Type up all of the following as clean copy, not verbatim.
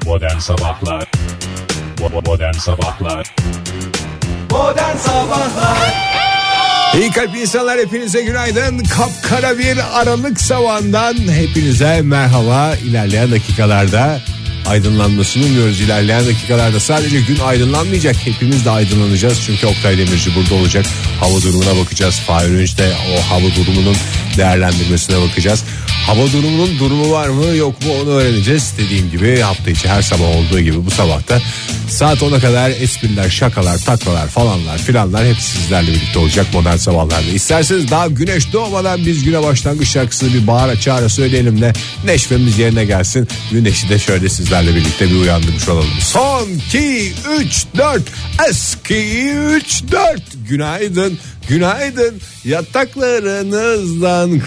Modern Sabahlar. Modern Sabahlar. Modern Sabahlar. İyi kalp insanlar, hepinize günaydın. Kapkara bir Aralık sabahından hepinize merhaba. İlerleyen dakikalarda aydınlanmasını umuyoruz. İlerleyen dakikalarda sadece gün aydınlanmayacak, hepimiz de aydınlanacağız. Çünkü Oktay Demirci burada olacak. Hava durumuna bakacağız. Fahir Önç de o hava durumunun değerlendirmesine bakacağız. Hava durumunun durumu var mı yok mu onu öğreneceğiz. Dediğim gibi hafta içi her sabah olduğu gibi bu sabahta saat 10'a kadar espriler, şakalar, taklalar falanlar filanlar hepsi sizlerle birlikte olacak modern sabahlarda. İsterseniz daha güneş doğmadan biz güne başlangıç şarkısını bir bağıra çağıra söyleyelim de neşvemiz yerine gelsin. Güneşi de şöyle sizlerle birlikte bir uyandırmış olalım. Son 2, 3, 4 eski 3, 4 günaydın. Günaydın, yataklarınızdan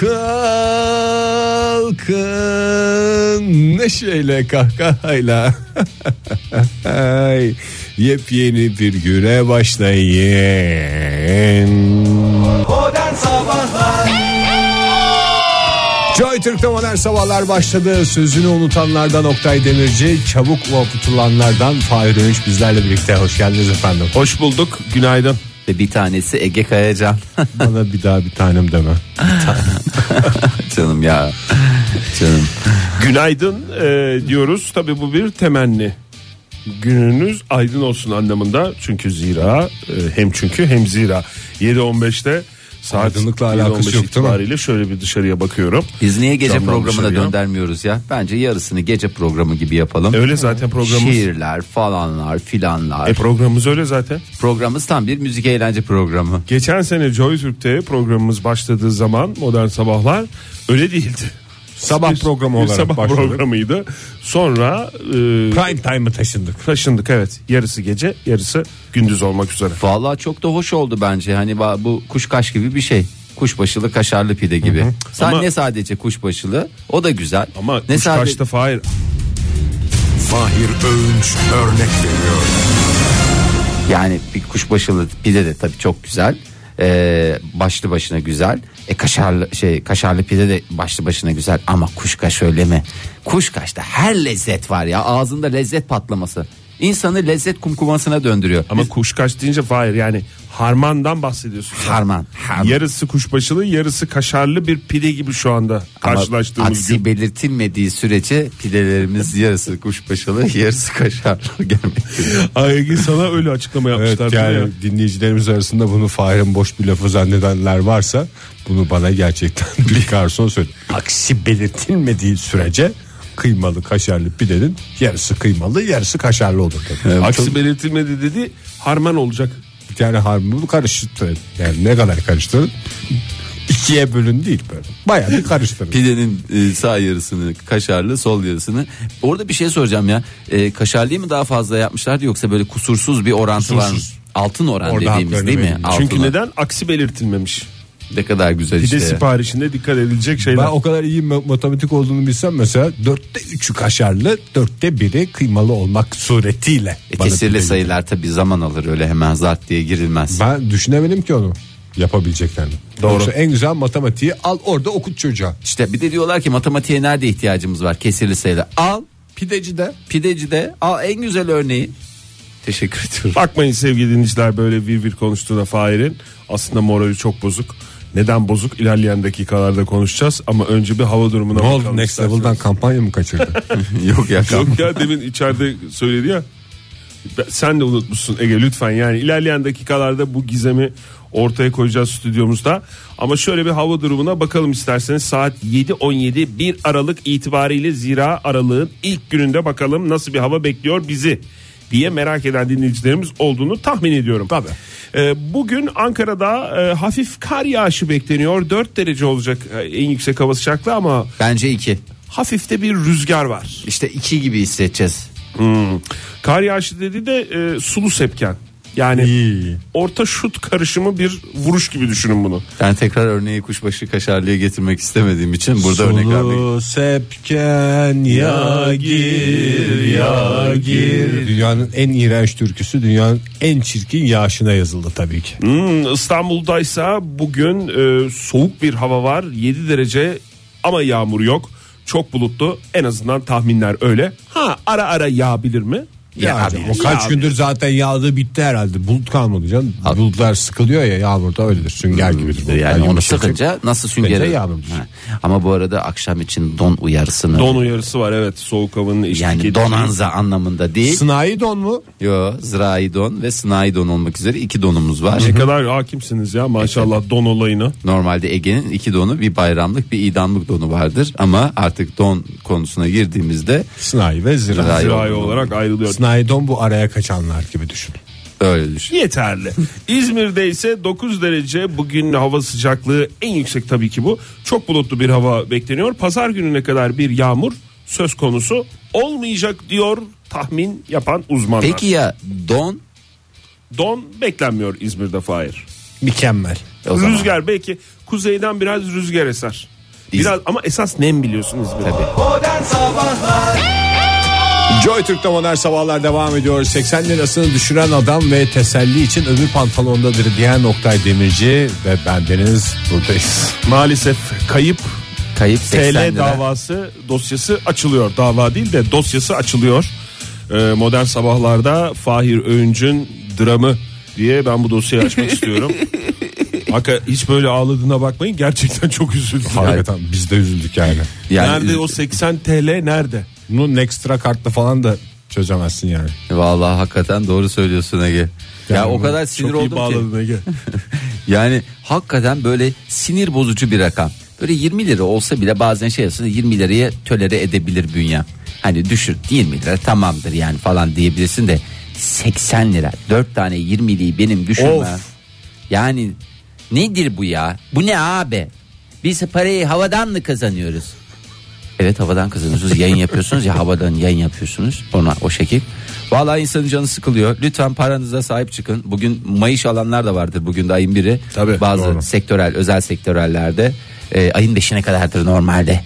kalkın, neşeyle kahkahayla yepyeni bir güne başlayın. Modern Sabahlar. Joy Türk'te modern sabahlar başladı. Sözünü unutanlardan Oktay Demirci, çabuk unutulanlardan Fahir Önç bizlerle birlikte. Hoş geldiniz efendim. Hoş bulduk, günaydın. Bir tanesi Ege Kayacan. Bana bir daha bir tanem deme. Canım ya. Canım. Günaydın diyoruz. Tabii bu bir temenni. Gününüz aydın olsun anlamında. Çünkü zira hem zira 7.15'te saat aydınlıkla alakası yok itibariyle şöyle bir dışarıya bakıyorum. Biz niye gece Camdan programına dışarıya göndermiyoruz ya? Bence yarısını gece programı gibi yapalım. Öyle zaten programımız. Şiirler falanlar filanlar. Programımız öyle zaten. Programımız tam bir müzik eğlence programı. Geçen sene Joy Türk'te programımız başladığı zaman Modern Sabahlar öyle değildi. Sabah programı olarak sabah başladık. programıydı. Sonra Prime time'ı taşındık. evet. Yarısı gece, yarısı gündüz olmak üzere. Vallahi çok da hoş oldu bence. Hani bu kuşkaş gibi bir şey. Kuşbaşılı kaşarlı pide gibi. Ama- Ne sadece kuşbaşılı, o da güzel. Ama ne kuşkaşta Fahir. Fahir Öğünç örnek veriyor. Yani bir kuşbaşılı pide de tabii çok güzel. Başlı başına güzel. Kaşarlı pide de başlı başına güzel ama kuşkaş öyle mi? Kuşkaşta her lezzet var ya, ağzında lezzet patlaması. İnsanı lezzet kumkumasına döndürüyor. Ama kuşkaş deyince Fahir yani harmandan bahsediyorsun. sen. Harman. Yarısı kuşbaşılı, yarısı kaşarlı bir pide gibi şu anda Ama karşılaştığımız aksi gün. belirtilmediği sürece pidelerimiz yarısı kuşbaşılı, yarısı kaşarlı gelmektedir. Ay, sana öyle açıklama Evet, yapmışlar. yani Ya. dinleyicilerimiz arasında bunu Fahir'in boş bir lafı zannedenler varsa bunu bana gerçekten bir garson söyle. Aksi belirtilmediği sürece kıymalı kaşarlı pidenin yarısı kıymalı yarısı kaşarlı olur. Evet, Aksi belirtilmedi dedi, harman olacak. Yani harmonu karıştırın. Yani ne kadar karıştırın? İkiye bölün değil böyle. Bayağı bir karıştırın. Pidenin sağ yarısını kaşarlı, sol yarısını. Orada bir şey soracağım ya. Kaşarlıyı mı daha fazla yapmışlardı yoksa böyle kusursuz bir orantı var mı? Kusursuz. Altın oran Orada dediğimiz haklarını değil mi? verin. Altın Çünkü oran. neden? Aksi belirtilmemiş. Ne kadar güzel Pide işte. siparişinde dikkat edilecek şeyler. Ben o kadar iyi matematik olduğunu bilsem mesela 4'te 3'ü kaşarlı 4'te 1'i kıymalı olmak suretiyle. Bana Kesirli pide sayılar tabii zaman alır, öyle hemen zart diye girilmez. Ben düşünemedim ki onu yapabileceklerini. Doğru. Yoksa en güzel matematiği al orada okut çocuğa. İşte bir de diyorlar ki matematiğe nerede ihtiyacımız var? Kesirli sayılar. Al pideci de al, en güzel örneği. Teşekkür ediyorum. Bakmayın sevgili dinleyiciler, böyle vir konuştuğuna Fahir'in aslında morali çok bozuk. Neden bozuk? İlerleyen dakikalarda konuşacağız ama önce bir hava durumuna Ne bakalım. oldu, Next isterseniz. Level'dan kampanya mı kaçırdı? Yok ya. Yok ya, demin içeride söyledi ya. Sen de unutmuşsun Ege, lütfen yani ilerleyen dakikalarda bu gizemi ortaya koyacağız stüdyomuzda. Ama şöyle bir hava durumuna bakalım isterseniz. Saat 7.17, 1 Aralık itibariyle, zira aralığın ilk gününde bakalım nasıl bir hava bekliyor bizi diye merak eden dinleyicilerimiz olduğunu tahmin ediyorum. Tabii. Bugün Ankara'da hafif kar yağışı bekleniyor. 4 derece olacak en yüksek hava sıcaklığı ama Bence 2. hafif de bir rüzgar var. İşte 2 gibi hissedeceğiz. Kar yağışı dedi de sulu sepken. Yani İyi. orta şut karışımı bir vuruş gibi düşünün bunu. Ben tekrar örneği kuşbaşı kaşarlıya getirmek istemediğim için burada örnek vermek. Sulu sepken ya gir. Dünyanın en iğrenç türküsü dünyanın en çirkin yağışına yazıldı tabii ki. İstanbul'daysa bugün soğuk bir hava var, 7 derece ama yağmur yok. Çok bulutlu, en azından tahminler öyle. Ara ara yağabilir mi? Yağacak. O kaç gündür zaten yağdı bitti herhalde. Bulut kalmadı canım. Bulutlar sıkılıyor ya, yağmurda öyledir. Sünger gibidir. Yani onu yumuşacık. sıkınca nasıl süngeri? Ama bu arada akşam için don uyarısını. Don uyarısı var, evet, soğuk havanın eşlik yani ettiği. donanza anlamında değil. Sınai don mu? Yo, zirai don ve sınai don olmak üzere 2 donumuz var. Ne kadar hakimsiniz ya maşallah don olayına. Normalde Ege'nin 2 donu, bir bayramlık bir idamlık donu vardır. Ama artık don konusuna girdiğimizde Sınai ve zirai. Zirai olarak ayrılıyor. Sınai don bu araya kaçanlar gibi düşün. öyle düşün. Yeterli. İzmir'de ise 9 derece bugün, hava sıcaklığı en yüksek tabii ki bu. Çok bulutlu bir hava bekleniyor. Pazar gününe kadar bir yağmur söz konusu olmayacak diyor tahmin yapan uzmanlar. Peki ya don? Don beklenmiyor İzmir'de, Fahir. Mükemmel. Rüzgar belki kuzeyden biraz rüzgar eser. Biraz ama esas nem biliyorsun İzmir'de. Modern Sabahlar. Joy Türk'te modern sabahlar devam ediyor. 80 lirasını düşüren adam ve teselli için öbür pantolondadır diyen Oktay Demirci ve bendeniz buradayız. Maalesef kayıp 80 TL lira. davası dosyası açılıyor. Dava değil de dosyası açılıyor. Modern sabahlarda Fahir Öğüncü'nün dramı diye ben bu dosyayı açmak istiyorum. Hakikaten hiç böyle ağladığına bakmayın, gerçekten çok üzüldüm. Hakikaten biz de üzüldük yani. Nerede o 80 TL nerede? Bunu ekstra kartla falan da çözemezsin yani. Vallahi hakikaten doğru söylüyorsun Ege. Ya o kadar sinir Çok iyi oldum ki. bağladın Ege. Yani hakikaten böyle sinir bozucu bir rakam. Böyle 20 lira olsa bile bazen şey aslında 20 liraya tolere edebilir bünyem. Hani düşür 20 lira tamamdır yani falan diyebilirsin de 80 lira 4 tane 20'liği benim düşürmem. Of. Yani nedir bu ya? Bu ne abi? Biz parayı havadan mı kazanıyoruz? Evet, havadan kazanıyorsunuz. Yayın yapıyorsunuz ya, havadan yayın yapıyorsunuz. Ona o şekil. Vallahi insanın canı sıkılıyor. Lütfen paranıza sahip çıkın. Bugün Mayış alanlar da vardır. Bugün de ayın 1'i. Tabii, bazı doğru. sektörel, özel sektörellerde ayın 5'ine kadardır normalde.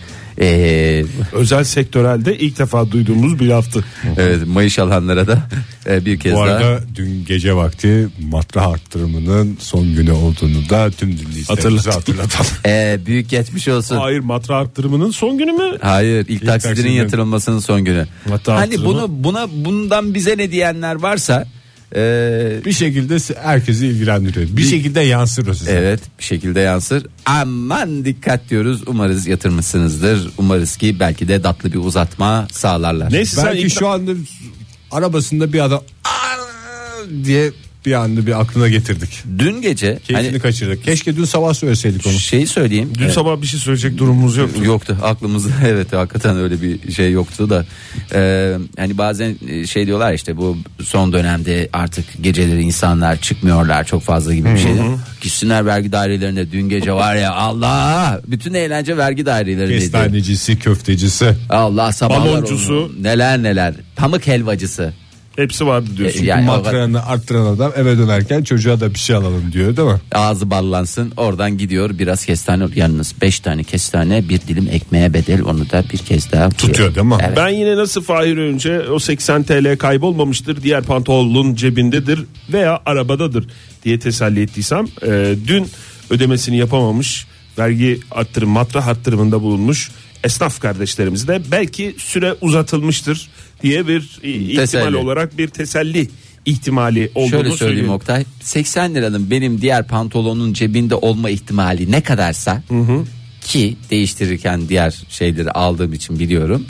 Özel sektörelde ilk defa duyduğumuz bir laftı. Evet, Mayış alanlara da bir kez Bu daha. arada dün gece vakti matrah arttırımının son günü olduğunu da tüm dinleyicilerimize hatırlatalım. Büyük geçmiş olsun. Hayır, matrah arttırımının son günü mü? Hayır, ilk taksitlerin taksitlerin yatırılmasının son günü. Hatta Hani arttırımı. bundan bize ne diyenler varsa Bir şekilde herkesi ilgilendiriyor. Bir şekilde yansır o size. evet, bir şekilde yansır. Aman dikkat diyoruz. Umarız yatırmışsınızdır. Umarız ki belki de tatlı bir uzatma sağlarlar. Neyse, sen Belki şu anda arabasında bir adam diye bir anda bir aklına getirdik. Dün gece Keyfini hani kaçırdık. Keşke dün sabah söyleseydik onu. şeyi söyleyeyim. dün sabah bir şey söyleyecek durumumuz yoktu. Yoktu aklımızda, evet, hakikaten öyle bir şey yoktu da hani bazen şey diyorlar işte, bu son dönemde artık geceleri insanlar çıkmıyorlar çok fazla gibi bir şey. Gitsinler vergi dairelerine, dün gece var ya Allah, bütün eğlence vergi dairelerindeydi. Kestanecisi, köftecisi. Allah, sabahlar Baloncusu. olsun. Neler pamuk helvacısı. Hepsi vardı diyorsun. Yani o kadar- Matrağını arttıran adam eve dönerken çocuğa da bir şey alalım diyor değil mi? ağzı ballansın, oradan gidiyor biraz kestane, yalnız 5 tane kestane bir dilim ekmeğe bedel, onu da bir kez daha Tutuyor değil mi? Evet. Ben yine nasıl Fahir önce o 80 TL kaybolmamıştır, diğer pantolonun cebindedir veya arabadadır diye teselli ettiysem, dün ödemesini yapamamış, vergi arttırım, matrah arttırımında bulunmuş esnaf kardeşlerimiz de belki süre uzatılmıştır diye bir ihtimal Teselli. olarak bir teselli ihtimali olduğunu Şöyle söyleyeyim söyleyeyim. Oktay, 80 liranın benim diğer pantolonun cebinde olma ihtimali ne kadarsa, ki değiştirirken diğer şeyleri aldığım için biliyorum.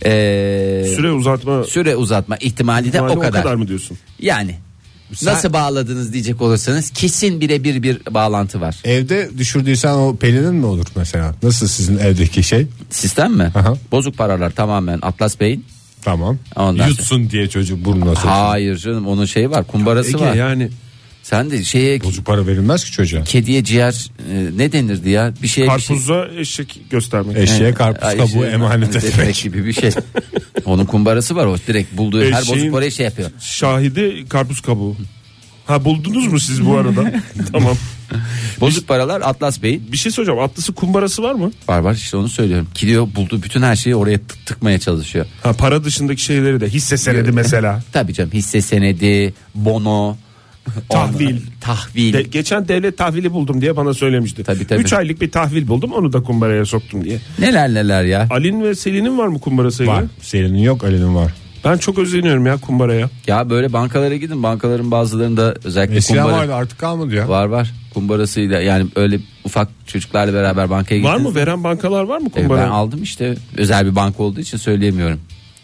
Süre uzatma ihtimali de o kadar. mı diyorsun? Yani nasıl bağladınız diyecek olursanız kesin birebir bir bağlantı var. Evde düşürdüysen o Pelin'in mi olur mesela? Nasıl sizin evdeki şey? Sistem mi? Aha. Bozuk paralar tamamen Atlas Bey'in. Tamam. Ondan Yutsun diye çocuk burnuna soksun. Hayır canım, onun şeyi var, kumbarası Ege, var. yani Sen de şeye, Bozuk para verilmez ki çocuğa. kediye ciğer ne denirdi ya? Bir şeye karpuzla eşek göstermek. Eşeğe karpuz Ay, kabuğu şey, emanet etmek. gibi bir şey. Onun kumbarası var, o direkt bulduğu her Eşeğin- bozuk parayı şey yapıyor. Şahidi karpuz kabuğu. Ha, buldunuz mu siz bu arada? Tamam. Bozuk paralar Atlas Bey'in. Bir şey soracağım. Atlısı kumbarası var mı? Var işte, onu söylüyorum. Gidiyor, bulduğu bütün her şeyi oraya tıkmaya çalışıyor. Ha, para dışındaki şeyleri de, hisse senedi mesela. Tabii canım, hisse senedi, bono, Tahvil. Tahvil. Geçen devlet tahvili buldum diye bana söylemişti. Tabii. 3 aylık bir tahvil buldum, onu da kumbaraya soktum diye. Neler ya. Ali'nin ve Selin'in var mı kumbarası? Var. Selin'in yok, Ali'nin var. Ben çok özeniyorum ya kumbaraya. Ya böyle bankalara gidin, bankaların bazılarında özellikle Eskiden kumbara vardı, artık kalmadı ya. var kumbarasıyla, yani öyle ufak çocuklarla beraber bankaya gidin. Var mı, veren bankalar var mı kumbaraya? Ben aldım işte, özel bir banka olduğu için söyleyemiyorum.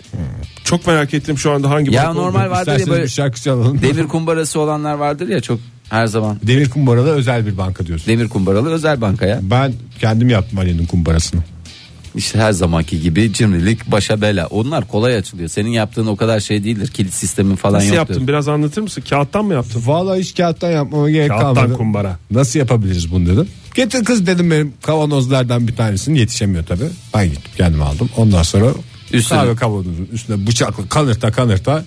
Çok merak ettim şu anda hangi Ya banka normal olduğunu. vardır ya İsterseniz böyle bir şarkı çalalım. demir kumbarası olanlar vardır ya, çok her zaman. Demir kumbaralı özel bir banka diyorsun. Demir kumbaralı özel banka ya. Ben kendim yaptım Ali'nin kumbarasını. İşte her zamanki gibi cimrilik başa bela. Onlar kolay açılıyor. Senin yaptığın o kadar şey değildir. Kilit sistemin falan Nasıl yoktur. yaptın, biraz anlatır mısın? Kağıttan mı yaptın? Vallahi hiç kağıttan yapmama gerek Kağıttan kalmadı. kumbara. Nasıl yapabiliriz bunu dedim. Getir kız dedim, benim kavanozlardan bir tanesini, yetişemiyor tabi. Ben gittim kendim aldım. Ondan sonra Üstüne- kahve kavanozunun üstüne bıçakla kanırta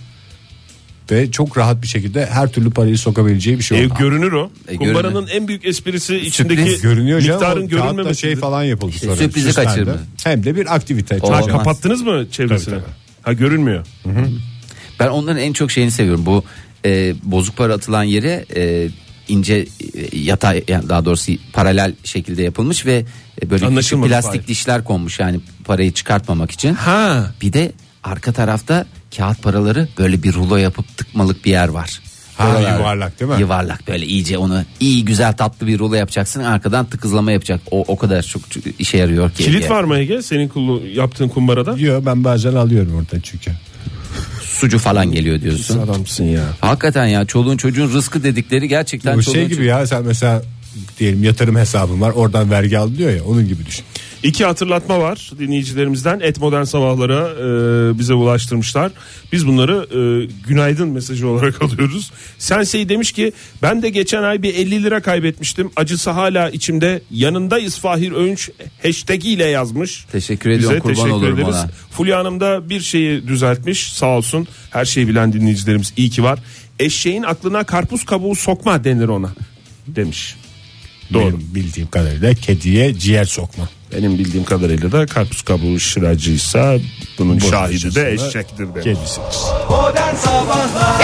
ve çok rahat bir şekilde her türlü parayı sokabileceği bir şey oldu. Görünür o. Kumbaranın görünür. en büyük esprisi içindeki Görünüyor canım. miktarın O kağıtta görünmemesi. şey falan yapıldı sonra. sürprizi süslendi. kaçırma. Hem de bir aktivite. O- Ha, Olmaz. kapattınız mı çevresini? Tabii. Ha, görünmüyor. Ben onların en çok şeyini seviyorum. Bu bozuk para atılan yere ince yatay, yani daha doğrusu paralel şekilde yapılmış ve böyle küçük Anlaşılmadı, plastik hayır. dişler konmuş, yani parayı çıkartmamak için. Ha. Bir de arka tarafta kağıt paraları böyle bir rulo yapıp tıkmalık bir yer var. Ha, Oralar- yuvarlak değil mi? Yuvarlak, böyle iyice onu iyi güzel tatlı bir rulo yapacaksın, arkadan tıkızlama yapacak. O kadar çok işe yarıyor ki. Kilit var mı Ege senin yaptığın kumbarada? Diyor, ben bazen alıyorum orada çünkü. Sucu falan geliyor diyorsun. Adamsın ya. Hakikaten ya, çoluğun çocuğun rızkı dedikleri gerçekten Bu çoluğun şey gibi ya, sen mesela diyelim yatırım hesabın var, oradan vergi al diyor ya, onun gibi düşün. 2 hatırlatma var dinleyicilerimizden. Modern Sabahlara bize ulaştırmışlar. Biz bunları günaydın mesajı olarak alıyoruz. Sensei demiş ki, ben de geçen ay bir 50 lira kaybetmiştim. Acısı hala içimde. Yanındayız Fahir Öğünç hashtag ile yazmış. Teşekkür ediyorum, Bize kurban teşekkür olurum ederiz. ona. Fulya Hanım da bir şeyi düzeltmiş, sağ olsun. Her şeyi bilen dinleyicilerimiz iyi ki var. Eşeğin aklına karpuz kabuğu sokma denir ona demiş. Doğru. Benim bildiğim kadarıyla kediye ciğer sokma. Benim bildiğim kadarıyla da karpuz kabuğu şıracıysa bunun şahidi de acısına eşektir demiş. Kedisidir. Modern Sabahlar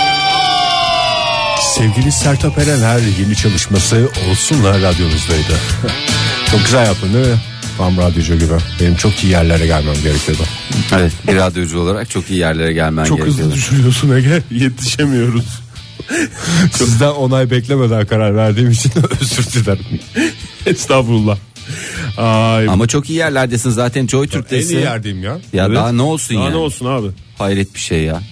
Sevgili Sertab Erener yeni çalışması Olsun'la radyonuzdaydı. Çok güzel yaptın değil mi? Tam radyocu gibi. Benim çok iyi yerlere gelmem gerekiyordu. Evet, bir radyocu olarak çok iyi yerlere gelmen Çok gerekiyor. hızlı düşürüyorsun Ege. Yetişemiyoruz. Sizden onay beklemeden karar verdiğim için özür dilerim. Estağfurullah. Ay, Ama çok iyi yerlerdesin zaten, Joy En Türk'tesin. iyi yerdeyim ya. Ya Evet. daha ne olsun daha yani. ne olsun abi. Hayret bir şey ya.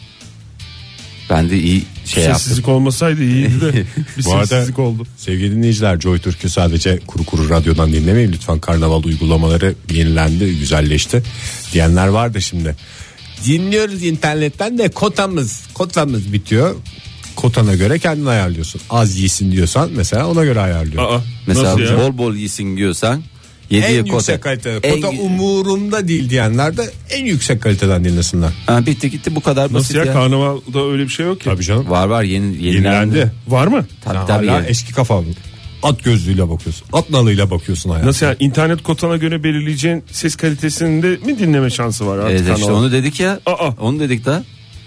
Ben de iyi şey yaptım. Sessizlik olmasaydı iyiydi de bir Bu arada sessizlik oldu. sevgili dinleyiciler, Joy Türk'ü sadece kuru radyodan dinlemeyin lütfen. Karnaval uygulamaları yenilendi, güzelleşti diyenler vardı şimdi. Dinliyoruz internetten de kotamız bitiyor. Kotana göre kendin ayarlıyorsun. Az yesin diyorsan mesela ona göre ayarlıyor. Aa, Mesela nasıl ya? bol bol yesin diyorsan yediye En kota. yüksek kalitede. En- Kota umurumda değil diyenler de en yüksek kaliteden dinlesinler. Ha, bitti gitti, bu kadar basit Nasıl ya? ya. Karnavalda öyle bir şey yok ki. Tabii canım. Var yenilendi. Yenilendi. Var mı? Tabii Sen tabii. hala yeni. eski kafalı. At gözlüğüyle bakıyorsun. At nalıyla bakıyorsun hayata. Nasıl yani? İnternet kotana göre belirleyeceğin ses kalitesinde mi dinleme şansı var artık? Evet işte Karnaval? onu dedik ya. Aa. Onu dedik da.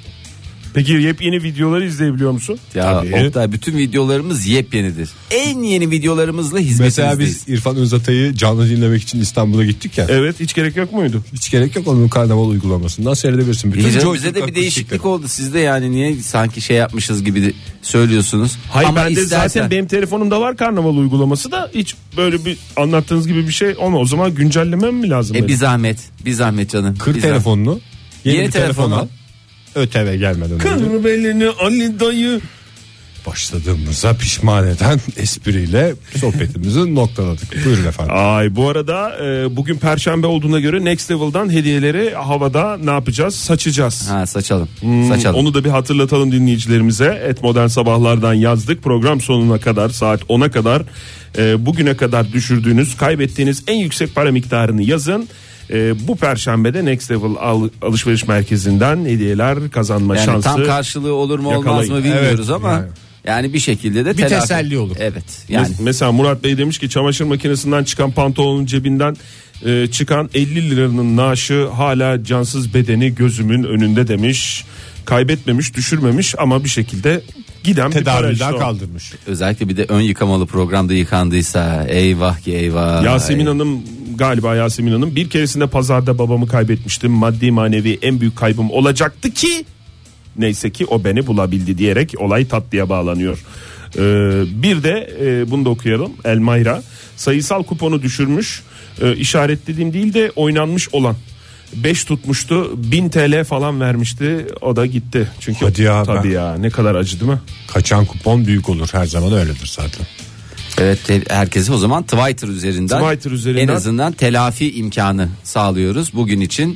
Peki yepyeni videoları izleyebiliyor musun? Ya Tabii. Oktay, bütün videolarımız yepyenidir. En yeni videolarımızla hizmetinizdeyiz. Mesela biz İrfan Özatay'ı canlı dinlemek için İstanbul'a gittik ya. Evet, hiç gerek yok muydu? Hiç gerek yok, onun karnaval uygulamasından seyredebilirsin. İyi canım, Joy bize Türk de bir akustikleri. değişiklik oldu sizde, yani niye sanki şey yapmışız gibi de söylüyorsunuz. Hayır, Ama bende istersen- zaten benim telefonumda var karnaval uygulaması da, hiç böyle bir anlattığınız gibi bir şey olma. O zaman güncellemem mi lazım? benim? bir zahmet canım. Kır Bir telefonunu. Yeni Yeni bir telefon telefonu al. ÖTV gelmeden önce. Kır belini Ali dayı. Başladığımıza pişman eden espriyle sohbetimizi noktaladık. Buyurun efendim. Ay, bu arada bugün Perşembe olduğuna göre Next Level'dan hediyeleri havada ne yapacağız? Saçacağız. Ha, saçalım. Saçalım. Onu da bir hatırlatalım dinleyicilerimize. Modern Sabahlardan yazdık. Program sonuna kadar, saat 10'a kadar bugüne kadar düşürdüğünüz, kaybettiğiniz en yüksek para miktarını yazın. Bu Perşembe'de Next Level alışveriş merkezinden hediyeler kazanma Yani şansı. tam karşılığı olur mu olmaz yakalayın. mı bilmiyoruz Evet, ama yani bir şekilde de Bir teselli olur. Evet. Yani Mesela Murat Bey demiş ki, çamaşır makinesinden çıkan pantolonun cebinden çıkan 50 liranın naaşı hala cansız bedeni gözümün önünde demiş. Kaybetmemiş, düşürmemiş ama bir şekilde giden bir para Tedaviden işte o. kaldırmış. Özellikle bir de ön yıkamalı programda yıkandıysa eyvah ki eyvah. Yasemin Hanım, galiba Yasemin Hanım, bir keresinde pazarda babamı kaybetmiştim. Maddi manevi en büyük kaybım olacaktı ki neyse ki o beni bulabildi diyerek olay tatlıya bağlanıyor. Bir de bunu da okuyalım. Elmayra sayısal kuponu düşürmüş. İşaretlediğim değil de oynanmış olan. 5 tutmuştu, 1000 TL falan vermişti, o da gitti. Çünkü Hadi ya, tabii ben- ya, ne kadar acı değil mi? Kaçan kupon büyük olur, her zaman öyledir zaten. Evet, herkese o zaman Twitter üzerinden en azından telafi imkanı sağlıyoruz. Bugün için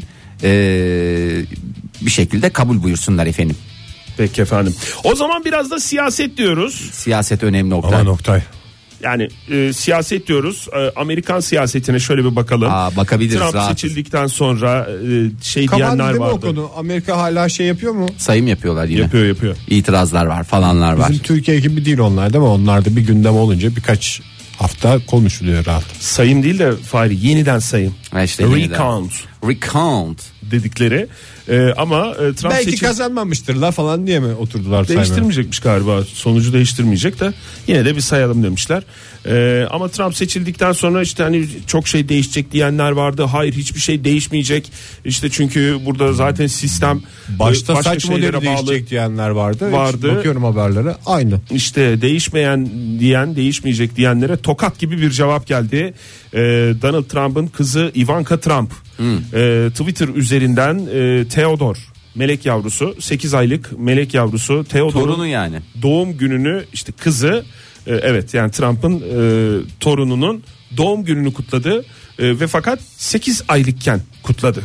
bir şekilde kabul buyursunlar efendim. Peki efendim. O zaman biraz da siyaset diyoruz. Siyaset önemli Oktay. Aman Oktay. Yani siyaset diyoruz. Amerikan siyasetine şöyle bir bakalım. Bakabiliriz Trump rahat. seçildikten sonra şey Kapandı diyenler değil mi o vardı. konu? Amerika hala şey yapıyor mu? Sayım yapıyorlar yine. Yapıyor. İtirazlar var falanlar var. Bizim Türkiye gibi değil onlar, değil mi? Onlarda bir gündem olunca birkaç hafta konuşuluyor rahat. Sayım değil de Fahri, yeniden sayım. İşte Recount Dedikleri. Ama Trump Belki kazanmamıştır la falan diye mi oturdular saymaya? değiştirmeyecekmiş galiba. Sonucu değiştirmeyecek de yine de bir sayalım demişler. Ama Trump seçildikten sonra işte hani çok şey değişecek diyenler vardı. Hayır, hiçbir şey değişmeyecek. İşte çünkü burada zaten sistem Başta başka saç modeli şeylere bağlı. değişecek diyenler vardı. Vardı. Hiç bakıyorum haberlere, aynı. İşte değişmeyecek diyenlere tokat gibi bir cevap geldi. Donald Trump'ın kızı Ivanka Trump Twitter üzerinden Theodore melek yavrusu, 8 aylık melek yavrusu Theodore'un torunu yani. doğum gününü, işte kızı, evet yani Trump'ın torununun doğum gününü kutladı ve fakat 8 aylıkken kutladı.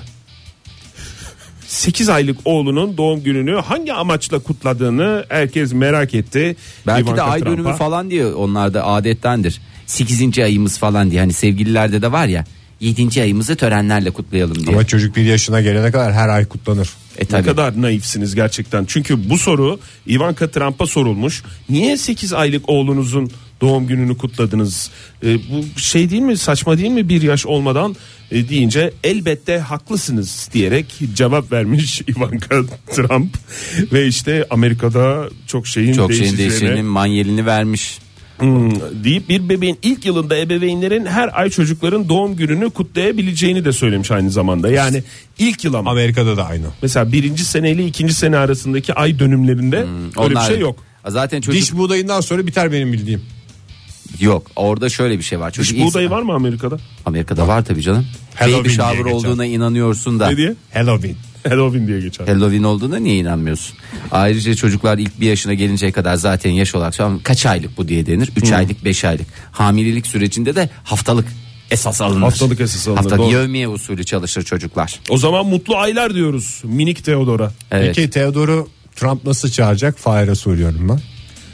8 aylık oğlunun doğum gününü hangi amaçla kutladığını herkes merak etti. Belki Ivanka de ay Trump'a. dönümü falan diye, onlarda adettendir. 8. ayımız falan diye, hani sevgililerde de var ya, 7. ayımızı törenlerle kutlayalım diye. Ama çocuk 1 yaşına gelene kadar her ay kutlanır. Ne Tabii. kadar naifsiniz gerçekten. Çünkü bu soru Ivanka Trump'a sorulmuş. Niye 8 aylık oğlunuzun doğum gününü kutladınız? Bu şey değil mi, saçma değil mi 1 yaş olmadan deyince elbette haklısınız diyerek cevap vermiş Ivanka Trump. Ve işte Amerika'da çok şeyin değişeceğinin manyelini vermiş. deyip bir bebeğin ilk yılında ebeveynlerin her ay çocukların doğum gününü kutlayabileceğini de söylemiş aynı zamanda. Yani ilk yıl ama. Amerika'da da aynı. Mesela 1. sene ile 2. sene arasındaki ay dönümlerinde öyle bir şey yok. Zaten çocuk Diş buğdayından sonra biter benim bildiğim. yok. Orada şöyle bir şey var. Diş buğdayı var mı Amerika'da? Amerika'da var tabii canım. Halloween Baby diye shower geçer. olduğuna inanıyorsun da. Ne diye? Halloween. Halloween diye geçer. Halloween olduğuna niye inanmıyorsun? Ayrıca çocuklar ilk 1 yaşına gelinceye kadar zaten yaş olarak şu an kaç aylık bu diye denir? 3 aylık, 5 aylık. Hamilelik sürecinde de haftalık esas alınır. Haftalık esas alınır, Haftalık doğru. yevmiye usulü çalışır çocuklar. O zaman mutlu aylar diyoruz minik Theodora. Evet. Peki Theodore'u Trump nasıl çağıracak? Fahir'e soruyorum ben.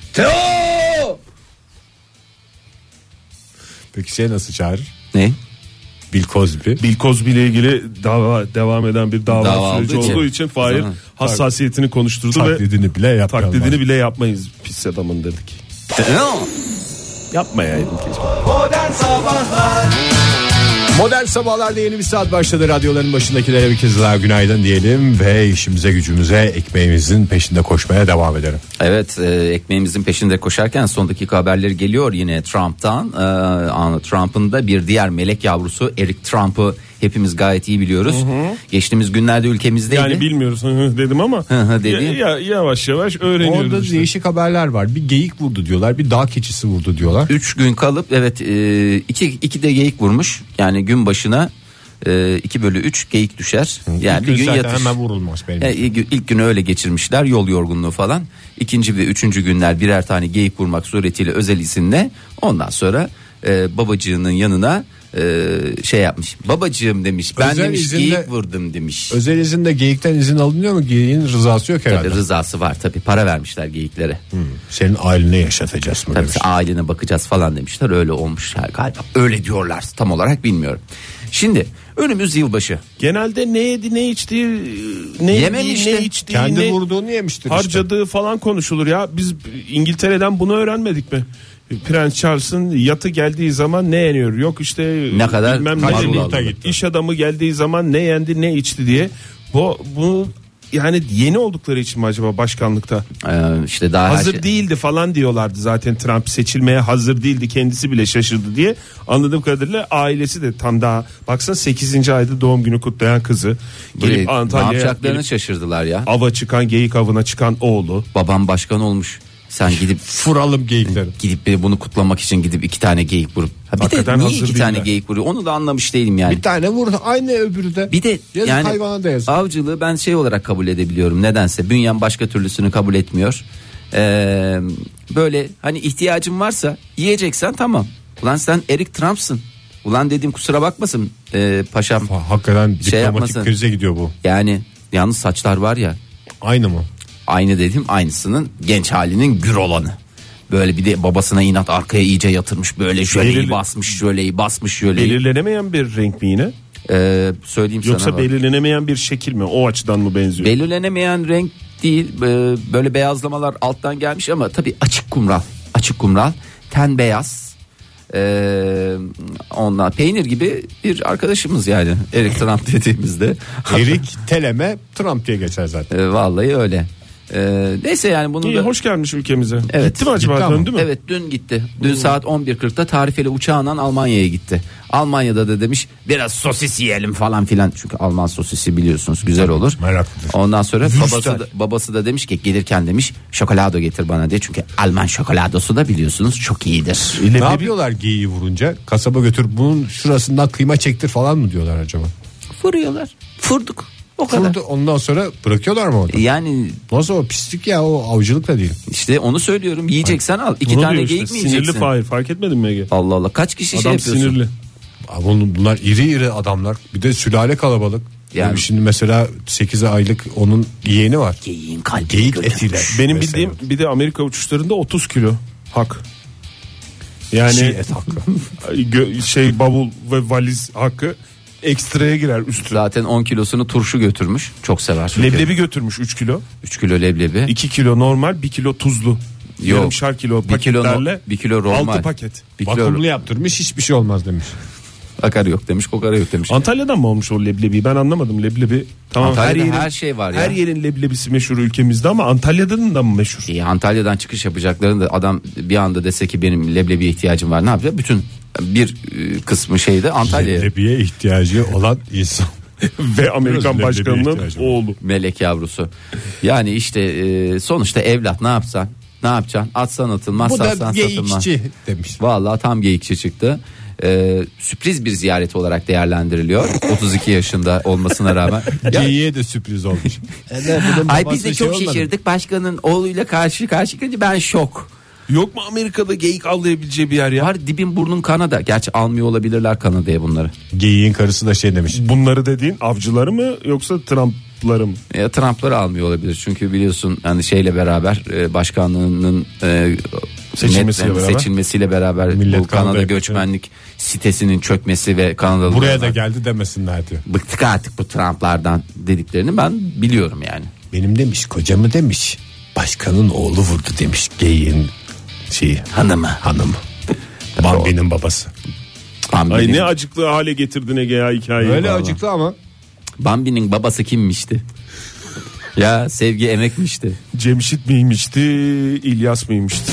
Peki şey nasıl çağırır? Ne? Bill Cosby. Bill Cosby ile ilgili devam eden bir dava Dava süreci olduğu için. olduğu için Fahir Zaman. hassasiyetini konuşturdu ve Taklidini bile yapmayalım. taklidini bile yapmayız pis adamın dedik. Yapmayaydım keşke. Modern Sabahlar Modern Sabahlar'da yeni bir saat başladı. Radyoların başındakilere bir kez daha günaydın diyelim ve işimize gücümüze, ekmeğimizin peşinde koşmaya devam edelim. Evet, ekmeğimizin peşinde koşarken son dakika haberleri geliyor yine Trump'tan. Trump'ın da bir diğer melek yavrusu Eric Trump'ı hepimiz gayet iyi biliyoruz. Geçtiğimiz günlerde ülkemizdeydi. Yani bilmiyoruz dedim ama dedi. yavaş yavaş öğreniyoruz. Orada işte. değişik haberler var. Bir geyik vurdu diyorlar, bir dağ keçisi vurdu diyorlar. 3 gün kalıp evet iki de geyik vurmuş. Yani gün başına 2/3 geyik düşer. Yani İlk bir gün zaten yatış. hemen vurulmaz benim. İlk günü öyle geçirmişler, yol yorgunluğu falan. 2. ve 3. günler birer tane geyik vurmak suretiyle özel izinle, ondan sonra babacığının yanına şey yapmış. Babacığım demiş, ben Özel demiş izinde- geyik vurdum demiş. Özel izinde geyikten izin alınıyor mu? Geyiğin rızası yok herhalde. Tabii rızası var, tabii para vermişler geyiklere. Senin ailene yaşatacağız mı Tabii demiş. ailene bakacağız falan demişler, öyle olmuş galiba. Öyle diyorlar, tam olarak bilmiyorum. Şimdi önümüz yılbaşı. Genelde ne yedi ne içti ne Yememişti. yediği, ne içtiği, Kendi ne vurduğunu yemiştir harcadığı falan konuşulur ya. Biz İngiltere'den bunu öğrenmedik mi? Prens Charles'ın yatı geldiği zaman ne yeniyor? Yok işte Ne kadar bilmem kaç ne yıl dedi. aldı? İş adamı geldiği zaman ne yendi ne içti diye. Bu yani yeni oldukları için mi acaba başkanlıkta? İşte daha Hazır değildi falan diyorlardı zaten, Trump seçilmeye hazır değildi, kendisi bile şaşırdı diye. Anladığım kadarıyla ailesi de tam daha baksana 8. ayda doğum günü kutlayan kızı gelip ne Antalya'ya yapacaklarını şaşırdılar ya. ava çıkan, geyik avına çıkan oğlu. Babam başkan olmuş. Sen gidip Vuralım geyikleri. gidip bunu kutlamak için gidip 2 tane geyik vurup. Bir Hakikaten de niye hazır 2 tane değiller. geyik vuruyor? Onu da anlamış değilim yani. Bir tane vur, aynı öbürü de. Bir de yazık, yani hayvana da yazık. avcılığı ben şey olarak kabul edebiliyorum. Nedense bünyem başka türlüsünü kabul etmiyor. Böyle hani ihtiyacın varsa yiyeceksen tamam. Ulan sen Eric Trump'sın. Ulan dediğim kusura bakmasın paşam. Hakikaten diplomatik yapmasın. krize gidiyor bu. Yani yalnız saçlar var ya. Aynı mı? Aynı dediğim aynısının genç halinin gür olanı. Böyle bir de babasına inat arkaya iyice yatırmış, böyle jöleyi basmış, jöleyi basmış, jöleyi. Belirlenemeyen bir renk mi yine? Söyleyeyim Yoksa sana. belirlenemeyen bir şekil mi? O açıdan mı benziyor? Belirlenemeyen renk değil, böyle beyazlamalar alttan gelmiş ama tabii açık kumral. Açık kumral, ten beyaz. Ondan peynir gibi bir arkadaşımız yani Eric Trump dediğimizde. Erik teleme Trump diye geçer zaten. Vallahi öyle. Neyse yani bunu İyi, da hoş gelmiş ülkemize. Evet. Gitti mi acaba, Gitti ama. döndü mü? Evet, dün gitti. Dün saat 11.40'da tarifeli uçağla Almanya'ya gitti. Almanya'da da demiş biraz sosis yiyelim falan filan. Çünkü Alman sosisi biliyorsunuz güzel olur. Meraklıdır. Ondan sonra Würstel. babası da demiş ki gelirken demiş şokolado getir bana diye. Çünkü Alman şokoladosu da biliyorsunuz çok iyidir. Ne yapıyorlar geyiği vurunca? Kasaba götür, bunun şurasından kıyma çektir falan mı diyorlar acaba? Vuruyorlar. Vurduk. O kadar. Vurdu, ondan sonra bırakıyorlar mı orada? Yani Nasıl o pislik ya, o avcılık da değil. işte onu söylüyorum. Yiyeceksen al. 2 Bunu tane diyor geyik işte, mi yiyeceksin? sinirli Fahir, fark etmedin mi Ege? Allah Allah, kaç kişi şey Adam yapıyorsun? sinirli. Abi bunlar iri iri adamlar. Bir de sülale kalabalık. Yani- Yani şimdi mesela 8 aylık onun yeğeni var. Geyiğin kalbini Geyik götürmüş. etiyle. Benim mesela. bildiğim bir de Amerika uçuşlarında 30 kilo hak. Yani Çiğ et hakkı. bavul ve valiz hakkı ekstraya girer üstüne. Zaten 10 kilosunu turşu götürmüş. Çok sever. çünkü. Leblebi götürmüş 3 kilo. 3 kilo leblebi. 2 kilo normal, 1 kilo tuzlu. Yarımşar kilo Bir kilo paketlerle 1 kilo normal. 6 paket. Bir kilo Vakumlu yaptırmış, hiçbir şey olmaz demiş. akarı yok demiş, kokarı yok demiş. Antalya'dan mı olmuş o leblebi? Ben anlamadım leblebi. Tamam, Antalya'da her şey var ya. Her yerin leblebisi meşhur ülkemizde ama Antalya'dan da mı meşhur? Antalya'dan çıkış yapacaklarında adam bir anda dese ki benim leblebiye ihtiyacım var, ne yapacak? Bütün bir kısmı şeyde Antalya'ya. Leblebiye ihtiyacı olan insan. Ve Amerikan leblebiye başkanının ihtiyacı var. oğlu. Melek yavrusu. Yani işte sonuçta evlat ne yapsan? Ne yapacaksın? Atsan atılmaz, Bu satsan da satılmaz. geyikçi demiş. Vallahi tam geyikçi çıktı. Sürpriz bir ziyaret olarak değerlendiriliyor. 32 yaşında olmasına rağmen. Geyiğe de sürpriz olmuş. Ay biz de çok şaşırdık. Başkanın oğluyla karşı kalınca ben şok. Yok mu Amerika'da geyik avlayabileceği bir yer ya? Var, dibin burnun Kanada. Gerçi almıyor olabilirler Kanada'ya bunları. Geyiğin karısı da şey demiş. Bunları dediğin avcıları mı yoksa Trump'ları mı? Trump'ları almıyor olabilir. Çünkü biliyorsun hani şeyle beraber başkanlığının seçilmesiyle beraber Millet bu Kanada Kanada'ya göçmenlik sitesinin çökmesi ve Kanadalılar Buraya da geldi demesinler diyor. bıktık artık bu Trump'lardan dediklerini ben biliyorum yani. Benim demiş, kocamı demiş, başkanın oğlu vurdu demiş geyiğin hanımı. Bambi'nin babası. Ay ne acıklı hale getirdin Ege ya hikayeyi. Öyle vallahi. acıklı ama. Bambi'nin babası kimmişti? Ya Sevgi Emek'mişti. Cemşit miymişti, İlyas mıymıştı?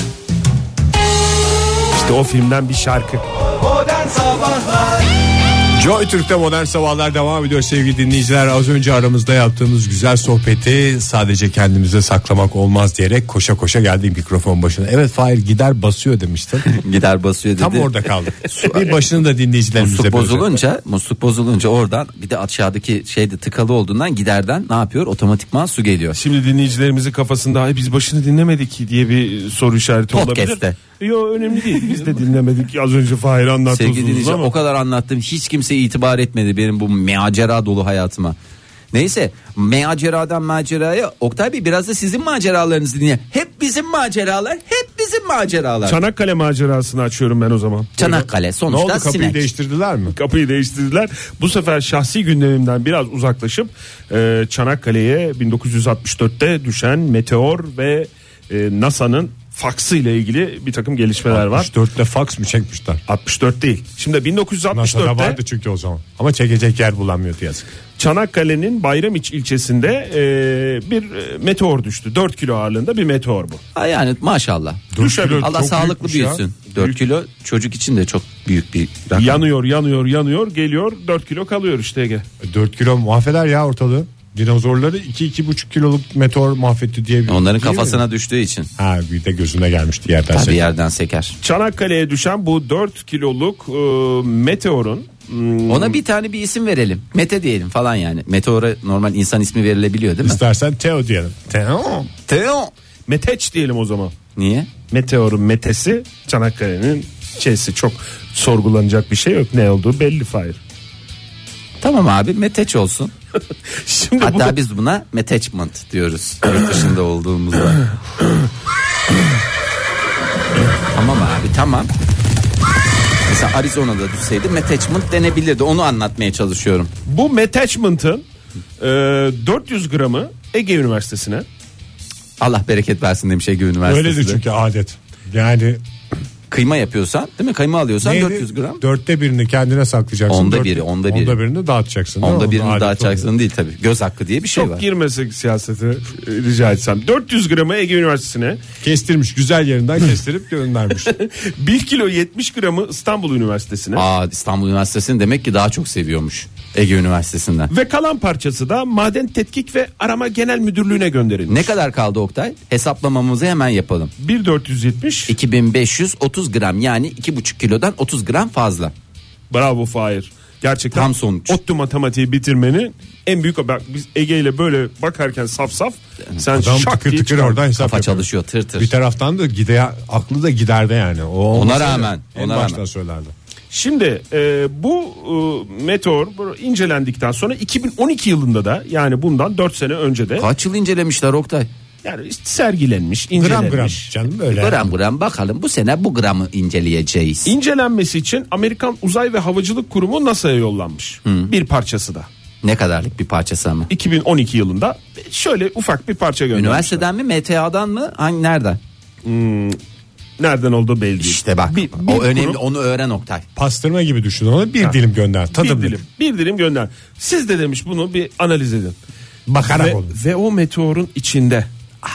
İşte o filmden bir şarkı. Modern Sabahlar Joy Türk'te Modern Sabahlar devam ediyor sevgili dinleyiciler. Az önce aramızda yaptığımız güzel sohbeti sadece kendimize saklamak olmaz diyerek koşa koşa geldik mikrofon başına. Evet Fahir gider basıyor demiştin. Gider basıyor dedi. Tam orada kaldık. Bir başını da dinleyicilerimize Musluk bozulunca oradan bir de aşağıdaki şeyde tıkalı olduğundan giderden ne yapıyor? Otomatikman su geliyor. Şimdi dinleyicilerimizin kafasında ay biz başını dinlemedik ki diye bir soru işareti Podcast'te. olabilir. Yok önemli değil, biz de dinlemedik. Az önce Fahir anlattı Sevgili uzun dinleyiciler, ama. o kadar anlattım, hiç kimse itibar etmedi benim bu macera dolu hayatıma. Neyse, maceradan maceraya, Oktay Bey biraz da sizin maceralarınızı dinleyin. Hep bizim maceralar, hep bizim maceralar. Çanakkale macerasını açıyorum ben o zaman. Çanakkale Ne sonuçta oldu, kapıyı sinek. değiştirdiler mi? Kapıyı değiştirdiler. Bu sefer şahsi gündemimden biraz uzaklaşıp Çanakkale'ye 1964'te düşen meteor ve NASA'nın faksı ile ilgili bir takım gelişmeler var. 64'te faks mı çekmişler? 64 değil. Şimdi NASA'da 1964'te vardı çünkü o zaman. Ama çekecek yer bulamıyordu yazık. Çanakkale'nin Bayramiç ilçesinde bir meteor düştü. 4 kilo ağırlığında bir meteor bu. Ha yani maşallah. 4 kilo Allah çok sağlıklı büyükmüş büyüsün. 4 kilo çocuk için de çok büyük bir rakam. Yanıyor geliyor 4 kilo kalıyor işte Ege. 4 kilo mahveder ya ortalığı. Dinozorları 2-2,5 kiloluk meteor mahvetti diye bir. Onların değil kafasına mi? düştüğü için. Ha bir de gözüne gelmişti yerden. Tabii yerden seker. Çanakkale'ye düşen bu 4 kiloluk meteorun Ona bir tane bir isim verelim. Mete diyelim falan yani. Meteora normal insan ismi verilebiliyor değil mi? İstersen Teo diyelim. Teo. Teo. Meteç diyelim o zaman. Niye? Meteorun metesi, Çanakkale'nin şeysi, çok sorgulanacak bir şey yok. Ne olduğu belli, Fahir. Tamam abi, Meteç olsun. Şimdi hatta biz buna Metechment diyoruz. Yurt dışında olduğumuzda. Tamam abi, tamam. Mesela Arizona'da düşseydi Metechment denebilirdi. Onu anlatmaya çalışıyorum. Bu Metechment'ın 400 gramı Ege Üniversitesi'ne. Allah bereket versin demiş Ege Üniversitesi'de. Öyledir çünkü adet. Yani kıyma yapıyorsan, değil mi? Kıyma alıyorsan neydi? 400 gram. 1/4'ini kendine saklayacaksın. Onda birini dağıtacaksın. Onda birini dağıtacaksın değil tabii. Göz hakkı diye bir şey Çok var. girmesek siyasete rica etsem. 400 gramı Ege Üniversitesi'ne. Kestirmiş, güzel yerinden kestirip göndermiş. 1 kilo 70 gramı İstanbul Üniversitesi'ne. İstanbul Üniversitesi'ni demek ki daha çok seviyormuş Ege Üniversitesi'nden. Ve kalan parçası da Maden Tetkik ve Arama Genel Müdürlüğü'ne gönderilmiş. Ne kadar kaldı Oktay? Hesaplamamızı hemen yapalım. 1.470. 2530 gram, yani 2,5 kilodan 30 gram fazla. Bravo Fahir. Gerçekten tam sonuç. ODTÜ matematiği bitirmenin en büyük, bak biz Ege ile böyle bakarken saf sen Adam şak tıkır diye tıkır çıkar. oradan hesap Kafa yapıyor. çalışıyor tır tır. Bir taraftan da aklı da giderdi yani. Ona rağmen. En baştan söylerdi. Şimdi bu meteor incelendikten sonra 2012 yılında da, yani bundan 4 sene önce de, Kaç yıl incelemişler Oktay? yani işte sergilenmiş, Gram incelenmiş. gram canım böyle. Gram bakalım bu sene bu gramı inceleyeceğiz. İncelenmesi için Amerikan Uzay ve Havacılık Kurumu NASA'ya yollanmış. Bir parçası da. Ne kadarlık bir parçası ama? 2012 yılında şöyle ufak bir parça göndermişler. Üniversiteden mi, MTA'dan mı? Hangi, nereden? Nereden olduğu belli değil. İşte bak Bir o önemli, kurum, onu öğren Oktay. Pastırma gibi düşün onu, bir dilim gönder. bir dilim gönder. Siz de demiş bunu bir analiz edin. Bakarak olun. Ve o meteorun içinde,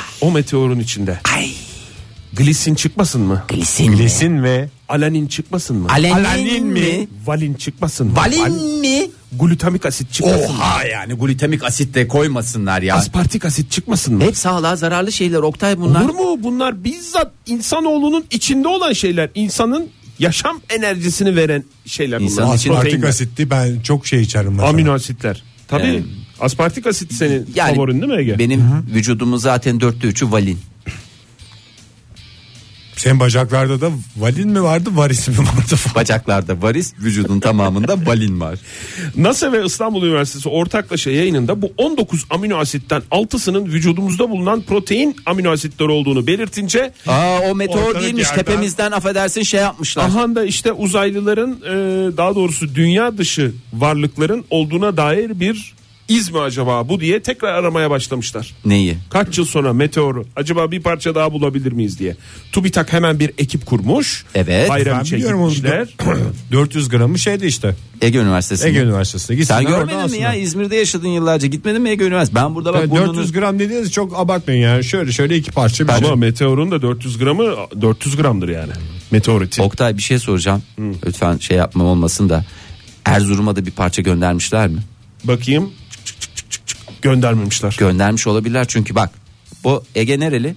Ay, glisin çıkmasın mı? glisin ve Alanin çıkmasın mı? Alanin mi? Valin çıkmasın mı? Valin mi? Glutamik asit çıkmasın mı? Oha, yani glutamik asit de koymasınlar ya. Aspartik asit çıkmasın mı? Hep sağlığa zararlı şeyler Oktay bunlar. Olur mu? Bunlar bizzat insanoğlunun içinde olan şeyler. İnsanın yaşam enerjisini veren şeyler bunlar. İnsanın için aspartik Proteinler, asitli ben çok şey içerim mesela. amino asitler. Tabii. Yani- Aspartik asit senin Yani favorin değil mi Ege? benim vücudumun zaten 3'ü valin. Senin bacaklarda da valin mi vardı, varis mi vardı falan. Bacaklarda varis, vücudun tamamında valin var. NASA ve İstanbul Üniversitesi ortaklaşa yayınında bu 19 amino asitten 6'sının vücudumuzda bulunan protein amino asitleri olduğunu belirtince, O meteor Ortalık değilmiş, yerden- tepemizden affedersin şey yapmışlar. aha da işte uzaylıların daha doğrusu dünya dışı varlıkların olduğuna dair bir iz mi acaba bu diye tekrar aramaya başlamışlar. Neyi? Kaç yıl sonra meteoru acaba bir parça daha bulabilir miyiz diye. TÜBİTAK hemen bir ekip kurmuş. Evet. Bayram Ben biliyorum onu. çekmişler. 400 gramı şeydi işte. Ege Üniversitesi'nde. Ege Üniversitesi'ne gitsinler. Sen oradan görmedin mi alsınlar. ya? İzmir'de yaşadın yıllarca. Gitmedin mi Ege Üniversitesi? Ben burada bak Yani 400 gram dediğiniz çok abartmayın yani. Şöyle iki parça bir Ama şey. meteorun da 400 gramı 400 gramdır yani. Meteoritin. Oktay bir şey soracağım. Lütfen şey yapma olmasın da. Erzurum'a da bir parça göndermişler mi? Bakayım. Göndermemişler. Göndermiş olabilirler çünkü bak. Bu Ege nereli?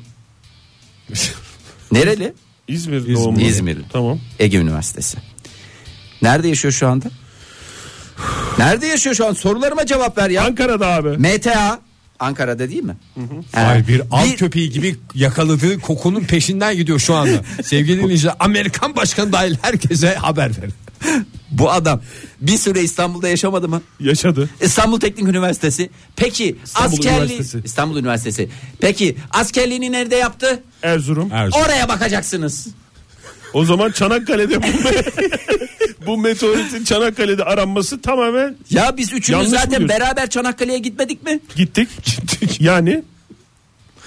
Nereli? İzmir doğumlu. İzmir. Tamam. Ege Üniversitesi. Nerede yaşıyor şu anda? Nerede yaşıyor şu an? Sorularıma cevap ver ya. Ankara'da abi. MTA. Ankara'da değil mi? Hayır, bir av köpeği gibi yakaladığı kokunun peşinden gidiyor şu anda. Sevgili dinleyiciler, Amerikan başkanı dahil herkese haber verin. Bu adam bir süre İstanbul'da yaşamadı mı? Yaşadı. İstanbul Teknik Üniversitesi. Peki Üniversitesi. İstanbul Üniversitesi. Peki askerliğini nerede yaptı? Erzurum. Oraya bakacaksınız. O zaman Çanakkale'de bu meteoritin Çanakkale'de aranması tamamen Ya biz üçümüz Yanlış zaten mı diyorsun? beraber Çanakkale'ye gitmedik mi? gittik. Yani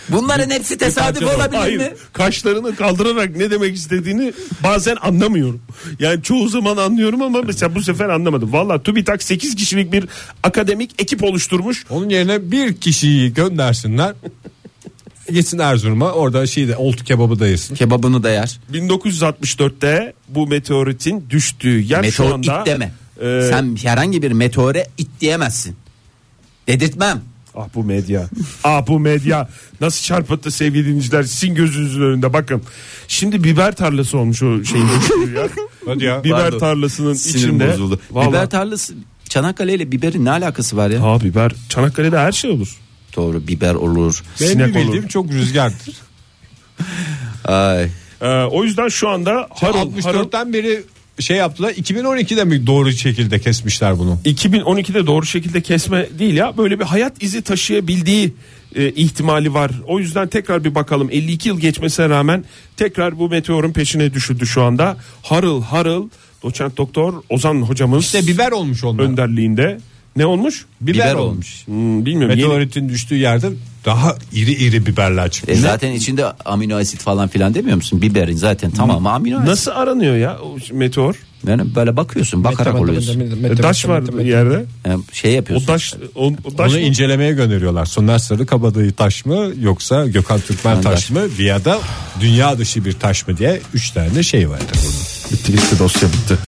Bunların hepsi tesadüf olabilir Hayır, mi? kaşlarını kaldırarak ne demek istediğini bazen anlamıyorum. Yani çoğu zaman anlıyorum ama mesela bu sefer anlamadım. Valla TÜBİTAK 8 kişilik bir akademik ekip oluşturmuş. Onun yerine bir kişiyi göndersinler. Gitsin Erzurum'a, orada oltu kebabı da yesin. Kebabını da yer. 1964'te bu meteoritin düştüğü yer şu Meteor anda. it deme. Sen herhangi bir meteore it diyemezsin. Dedirtmem. Ah bu medya. Ah bu medya. Nasıl çarpıttı sevgili dinleyiciler, sizin gözünüzün önünde bakın. Şimdi biber tarlası olmuş o şeyin düştüğü yer. Hadi ya. Biber Pardon. tarlasının Sinirim içinde. bozuldu. Vallahi. Biber tarlası, Çanakkale ile biberin ne alakası var ya? Ha biber. Çanakkale'de her şey olur. Doğru, biber olur. Benim Sinek bildiğim olur. çok rüzgardır. Ay. O yüzden şu anda harıl 64'ten beri yaptılar. 2012'de mi doğru şekilde kesmişler bunu? 2012'de doğru şekilde kesme değil ya, böyle bir hayat izi taşıyabildiği ihtimali var. O yüzden tekrar bir bakalım, 52 yıl geçmesine rağmen tekrar bu meteorun peşine düşüldü şu anda. Harıl harıl doçent doktor Ozan hocamız İşte biber olmuş onlar. önderliğinde. Ne olmuş? Biber olmuş. Bilmiyorum. Meteoritin düştüğü yerde daha iri biberler çıktı. Zaten içinde amino asit falan filan demiyor musun? Biberin zaten tamamı amino asit. Nasıl aranıyor ya o meteor? Yani böyle bakıyorsun, bakarak oluyorsun. Daş var yerde. Yani şey yapıyorsun. O daş Onu mı? incelemeye gönderiyorlar. Soner Sarı Kabadayı taş mı yoksa Gökhan Türkmen taş mı ya da dünya dışı bir taş mı diye 3 tane şey vardı burada. Bitti dosya bitti.